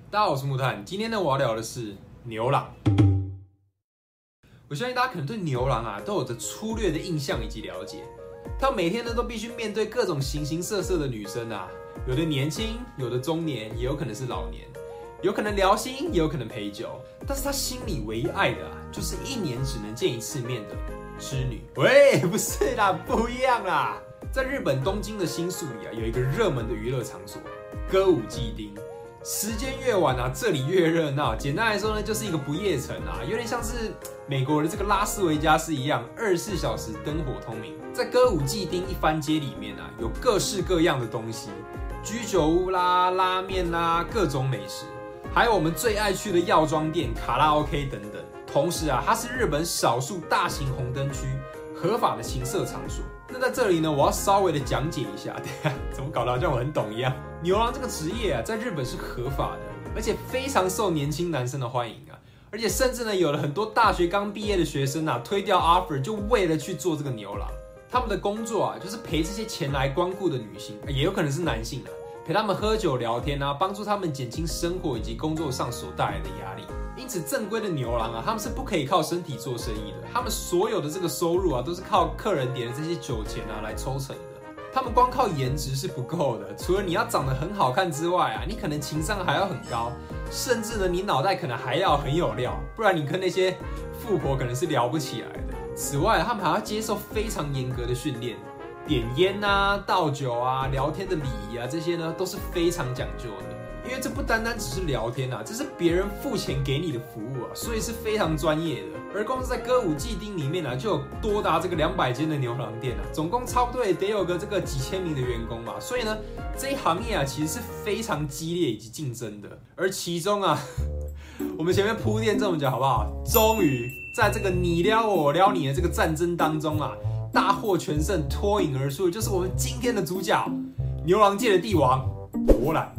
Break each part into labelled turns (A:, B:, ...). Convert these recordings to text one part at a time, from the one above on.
A: 大家好，我是木炭。今天呢，我要聊的是牛郎。我相信大家可能对牛郎啊都有着粗略的印象以及了解。他每天呢都必须面对各种形形色色的女生啊，有的年轻，有的中年，也有可能是老年，有可能聊心，也有可能陪酒。但是他心里唯一爱的啊，就是一年只能见一次面的织女。喂，不是啦，不一样啦。在日本东京的新宿里啊，有一个热门的娱乐场所——歌舞伎町。时间越晚啊，这里越热闹。简单来说呢，就是一个不夜城啊，有点像是美国的这个拉斯维加斯一样，24小时灯火通明。在歌舞伎町一番街里面啊，有各式各样的东西，居酒屋啦、拉面啦，各种美食，还有我们最爱去的药妆店、卡拉 OK 等等。同时啊，它是日本少数大型红灯区合法的情色场所。那在这里呢，我要稍微的讲解一下，对啊，怎么搞得好像我很懂一样？牛郎这个职业啊，在日本是合法的，而且非常受年轻男生的欢迎啊，而且甚至呢，有了很多大学刚毕业的学生啊，推掉 offer 就为了去做这个牛郎。他们的工作啊，就是陪这些前来光顾的女性，也有可能是男性啊，陪他们喝酒聊天啊，帮助他们减轻生活以及工作上所带来的压力。因此，正规的牛郎啊，他们是不可以靠身体做生意的，他们所有的这个收入啊，都是靠客人点的这些酒钱啊来抽成的。他们光靠颜值是不够的，除了你要长得很好看之外啊，你可能情商还要很高，甚至呢，你脑袋可能还要很有料，不然你跟那些富婆可能是聊不起来的。此外，他们还要接受非常严格的训练，点烟啊、倒酒啊、聊天的礼仪啊，这些呢都是非常讲究的。因为这不单单只是聊天啊，这是别人付钱给你的服务啊，所以是非常专业的。而光是在歌舞伎町里面啊，就有多达这个200间的牛郎店啊，总共差不多也得有个这个几千名的员工嘛。所以呢，这一行业啊其实是非常激烈以及竞争的。而其中啊，我们前面铺垫这么久，好不好？终于在这个你撩我，我撩你的这个战争当中啊，大获全胜，脱颖而出的就是我们今天的主角——牛郎界的帝王罗兰。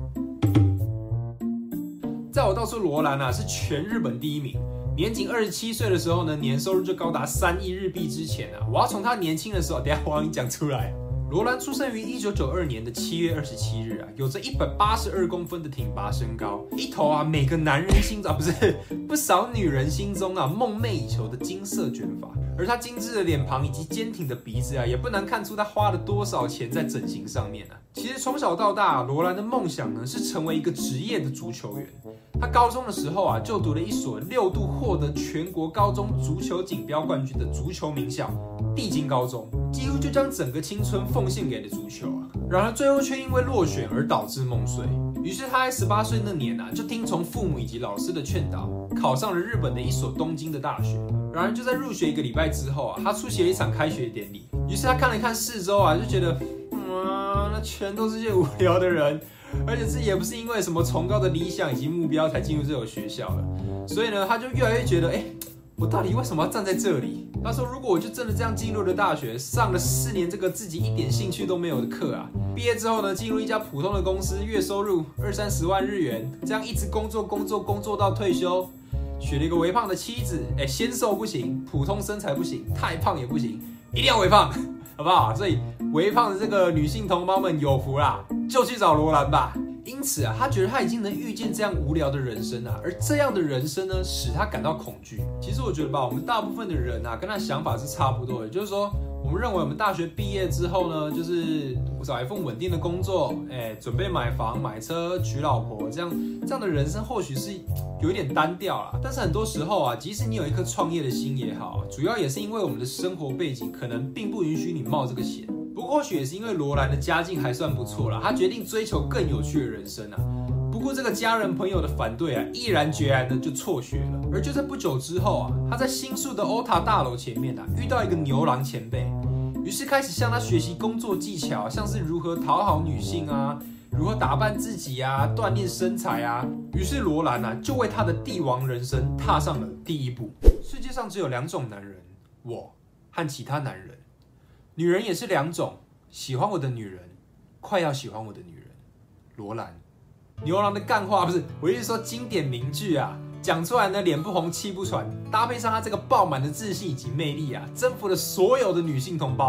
A: 在我道出罗兰啊，是全日本第一名。年仅27岁的时候呢，年收入就高达3亿日币之前啊。我要从他年轻的时候，等一下我让你讲出来。罗兰出生于1992年的7月27日啊，有着182公分的挺拔身高，一头啊每个男人心中不少女人心中啊梦寐以求的金色卷发。而他精致的脸庞以及坚挺的鼻子啊，也不难看出他花了多少钱在整形上面啊。其实从小到大，罗兰的梦想呢是成为一个职业的足球员。他高中的时候啊，就读了一所6度获得全国高中足球锦标冠军的足球名校帝京高中，几乎就将整个青春奉献给了足球啊。然而最后却因为落选而导致梦碎。于是他在18岁那年啊，就听从父母以及老师的劝导，考上了日本的一所东京的大学。然而就在入学1个礼拜之后啊，他出席了一场开学典礼。于是他看了看四周啊，就觉得，那全都是些无聊的人，而且自己也不是因为什么崇高的理想以及目标才进入这所学校的。所以呢，他就越来越觉得，我到底为什么要站在这里？他说，如果我就真的这样进入了大学，上了4年这个自己一点兴趣都没有的课啊，毕业之后呢，进入一家普通的公司，月收入20-30万日元，这样一直工作到退休，娶了一个微胖的妻子，纤瘦不行，普通身材不行，太胖也不行，一定要微胖，好不好？所以微胖的这个女性同胞们有福啦，就去找罗兰吧。因此啊，他觉得他已经能预见这样无聊的人生啊，而这样的人生呢，使他感到恐惧。其实我觉得吧，我们大部分的人啊，跟他想法是差不多的，就是说，我们认为我们大学毕业之后呢，就是找一份稳定的工作，准备买房、买车、娶老婆，这样的人生或许是有一点单调啦。但是很多时候啊，即使你有一颗创业的心也好，主要也是因为我们的生活背景可能并不允许你冒这个险。不过或许也是因为罗兰的家境还算不错啦，他决定追求更有趣的人生啊。不过这个家人朋友的反对啊，毅然决然的就辍学了。而就在不久之后啊，他在新宿的欧塔大楼前面啊，遇到一个牛郎前辈，于是开始向他学习工作技巧，像是如何讨好女性啊，如何打扮自己啊，锻炼身材啊。于是罗兰啊，就为他的帝王人生踏上了第一步。世界上只有2种男人，我和其他男人。女人也是2种，喜欢我的女人，快要喜欢我的女人。罗兰，牛郎的干话不是，我意思说经典名句啊，讲出来呢脸不红气不喘，搭配上他这个爆满的自信以及魅力啊，征服了所有的女性同胞。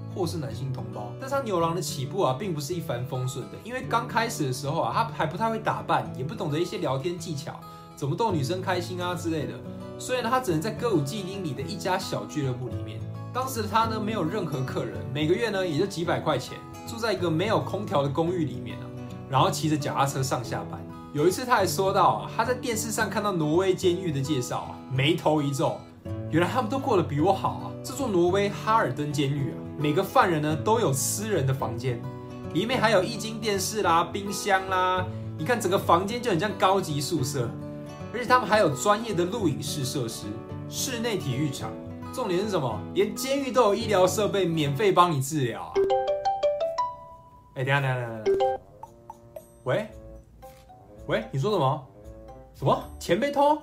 A: 或是男性同胞。但是他牛郎的起步啊，并不是一帆风顺的，因为刚开始的时候啊，他还不太会打扮，也不懂得一些聊天技巧，怎么逗女生开心啊之类的，所以呢，他只能在歌舞伎町里的一家小俱乐部里面。当时的他呢，没有任何客人，每个月呢也就几百块钱，住在一个没有空调的公寓里面啊，然后骑着脚踏车上下班。有一次他还说到啊，他在电视上看到挪威监狱的介绍啊，眉头一皱，原来他们都过得比我好啊。这座挪威哈尔登监狱啊，每个犯人呢都有私人的房间，里面还有液晶电视啦、冰箱啦，你看整个房间就很像高级宿舍。而且他们还有专业的录影室设施、室内体育场，重点是什么？连监狱都有医疗设备免费帮你治疗啊！等一下，喂，你说什么？什么？钱被偷？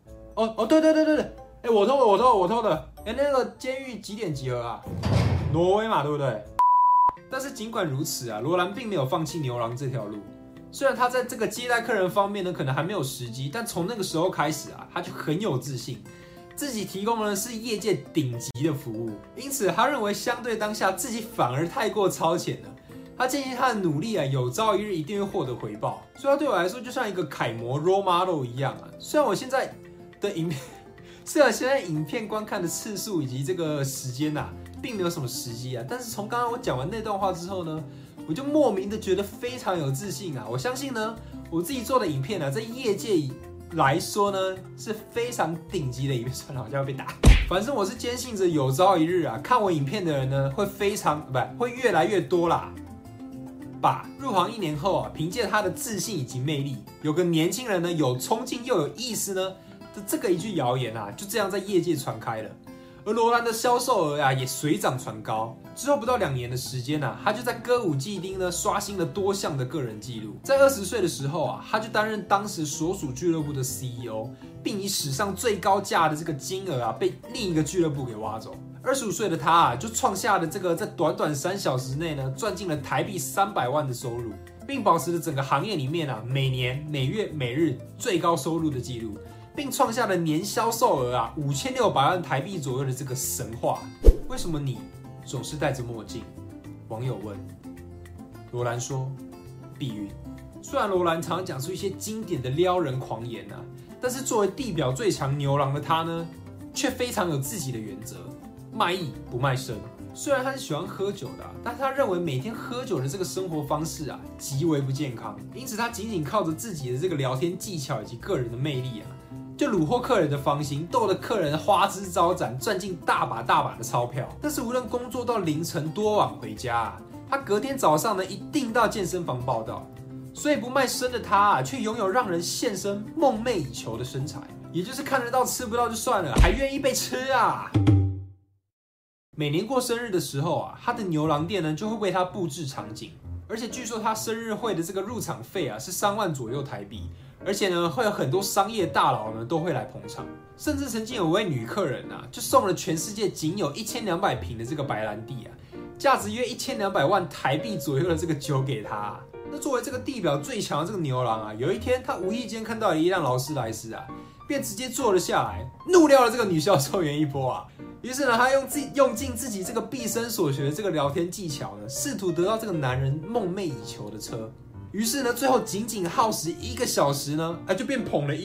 A: 对，我偷的。那个监狱几点集合啊？挪威嘛，对不对？但是尽管如此啊，罗兰并没有放弃牛郎这条路。虽然他在这个接待客人方面呢，可能还没有时机，但从那个时候开始啊，他就很有自信，自己提供的是业界顶级的服务，因此他认为相对当下自己反而太过超前了。他坚信他的努力啊，有朝一日一定会获得回报，所以他对我来说就像一个楷模 role model 一样啊。虽然我现在影片观看的次数以及这个时间啊，并没有什么时机啊，但是从刚刚我讲完那段话之后呢，我就莫名的觉得非常有自信啊！我相信呢，我自己做的影片啊，在业界来说呢，是非常顶级的影片。算了，好像要被打。反正我是坚信着有朝一日啊，看我影片的人呢，会越来越多啦。入行1年后啊，凭借他的自信以及魅力，有个年轻人呢有冲劲又有意思呢的这个一句谣言啊，就这样在业界传开了。而罗兰的销售额啊也水涨船高，之后不到2年的时间啊，他就在歌舞伎町呢刷新了多项的个人纪录。在20岁的时候啊，他就担任当时所属俱乐部的 CEO， 并以史上最高价的这个金额啊被另一个俱乐部给挖走。25岁的他啊就创下了这个在短短3小时内呢赚进了台币300万的收入，并保持了整个行业里面啊每年、每月、每日最高收入的纪录。并创下了年销售额啊5600万台币左右的这个神话。为什么你总是戴着墨镜？网友问。罗兰说：避孕。虽然罗兰常讲出一些经典的撩人狂言啊，但是作为地表最强牛郎的他呢，却非常有自己的原则，卖艺不卖身。虽然他是喜欢喝酒的但他认为每天喝酒的这个生活方式啊极为不健康，因此他仅仅靠着自己的这个聊天技巧以及个人的魅力啊，就虏获客人的芳心，逗得客人花枝招展，赚进大把的钞票。但是无论工作到凌晨多晚回家啊，他隔天早上呢一定到健身房报到。所以不卖身的他啊，却拥有让人献身梦寐以求的身材，也就是看得到吃不到就算了，还愿意被吃啊！每年过生日的时候啊，他的牛郎店呢就会为他布置场景，而且据说他生日会的这个入场费啊是3万左右台币，而且呢会有很多商业大佬呢都会来捧场，甚至曾经有位女客人啊就送了全世界仅有1200瓶的这个白兰地啊，价值约1200万台币左右的这个酒给他啊。那作为这个地表最强的这个牛郎啊，有一天他无意间看到了一辆劳斯莱斯啊，便直接坐了下来，怒撂了这个女销售员一波啊。于是呢，他用尽自己这个毕生所学的这个聊天技巧呢，试图得到这个男人梦寐以求的车。于是呢，最后仅仅耗时1个小时呢，就便捧了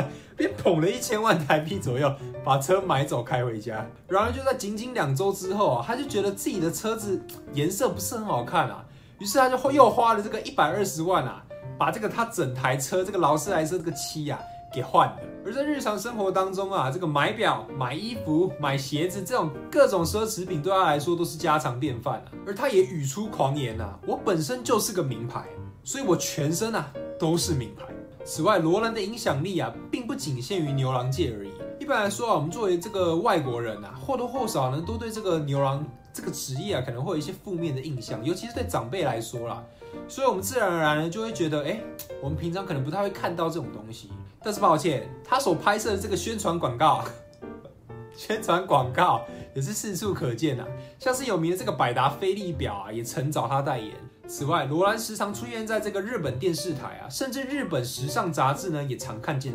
A: 1000万台币左右，把车买走开回家。然而就在仅仅2周之后啊，他就觉得自己的车子颜色不是很好看啊，于是他就又花了这个120万啊，把这个他整台车这个劳斯莱斯这个漆啊给换了。而在日常生活当中啊，这个买表、买衣服、买鞋子这种各种奢侈品对他来说都是家常便饭啊。而他也语出狂言啊，我本身就是个名牌，所以我全身啊都是名牌。此外，罗兰的影响力啊，并不仅限于牛郎界而已。一般来说啊，我们作为这个外国人啊，或多或少呢，都对这个牛郎这个职业啊，可能会有一些负面的印象，尤其是对长辈来说啦。所以我们自然而然呢，就会觉得，我们平常可能不太会看到这种东西。但是抱歉，他所拍摄的这个宣传广告也是四处可见啊，像是有名的这个百达翡丽表啊，也曾找他代言。此外，罗兰时常出现在这个日本电视台啊，甚至日本时尚杂志呢也常看见他。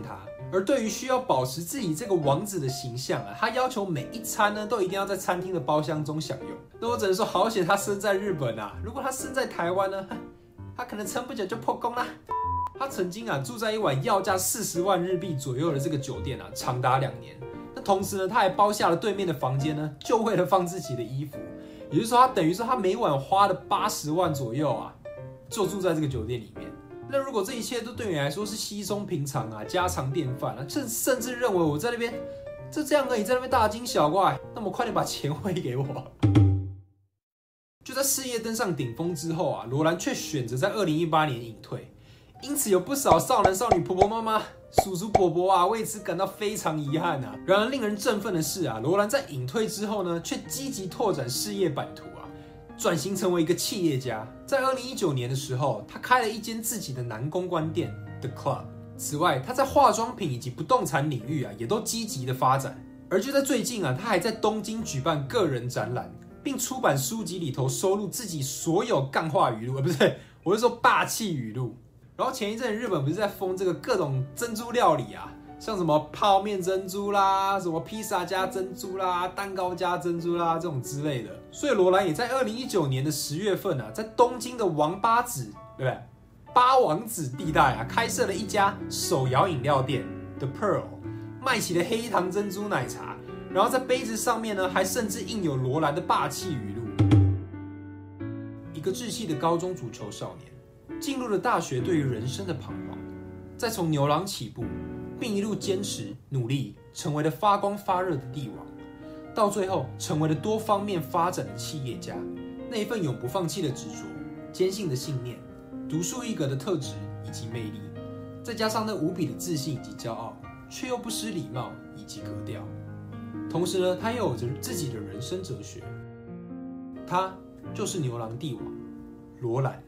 A: 而对于需要保持自己这个王子的形象啊，他要求每一餐呢都一定要在餐厅的包厢中享用。那我只能说，好险他生在日本啊！如果他生在台湾呢，他可能撑不久就破功啦。他曾经啊住在一晚要价40万日币左右的这个酒店啊，长达2年。那同时呢，他还包下了对面的房间呢，就为了放自己的衣服。也就是说，他等于说他每晚花了80万左右啊，就住在这个酒店里面。那如果这一切都对你来说是稀松平常啊、家常便饭啊，甚至认为我在那边就这样而已，在那边大惊小怪，那么快点把钱汇给我。就在事业登上顶峰之后啊，罗兰却选择在2018年隐退，因此有不少少男少女、婆婆妈妈、叔叔伯伯啊为此感到非常遗憾啊。然而令人振奋的是啊，罗兰在隐退之后呢，却积极拓展事业版图啊，转型成为一个企业家。在2019年的时候，他开了一间自己的男公关店 The Club。此外，他在化妆品以及不动产领域啊，也都积极的发展。而就在最近啊，他还在东京举办个人展览。并出版书籍里头收录自己所有干话语录，不是，我是说霸气语录。然后前一阵日本不是在封这个各种珍珠料理啊，像什么泡面珍珠啦，什么披萨加珍珠啦，蛋糕加珍珠啦这种之类的。所以罗兰也在2019年的10月份啊，在东京的王八子，对不对？八王子地带啊，开设了一家手摇饮料店 The Pearl， 卖起了黑糖珍珠奶茶。然后在杯子上面呢，还甚至印有罗兰的霸气语录。一个稚气的高中足球少年，进入了大学对于人生的彷徨，再从牛郎起步，并一路坚持努力，成为了发光发热的帝王，到最后成为了多方面发展的企业家。那一份永不放弃的执着、坚信的信念、独树一格的特质以及魅力，再加上那无比的自信以及骄傲，却又不失礼貌以及格调。同时呢，他又有着自己的人生哲学，他就是牛郎帝王罗兰。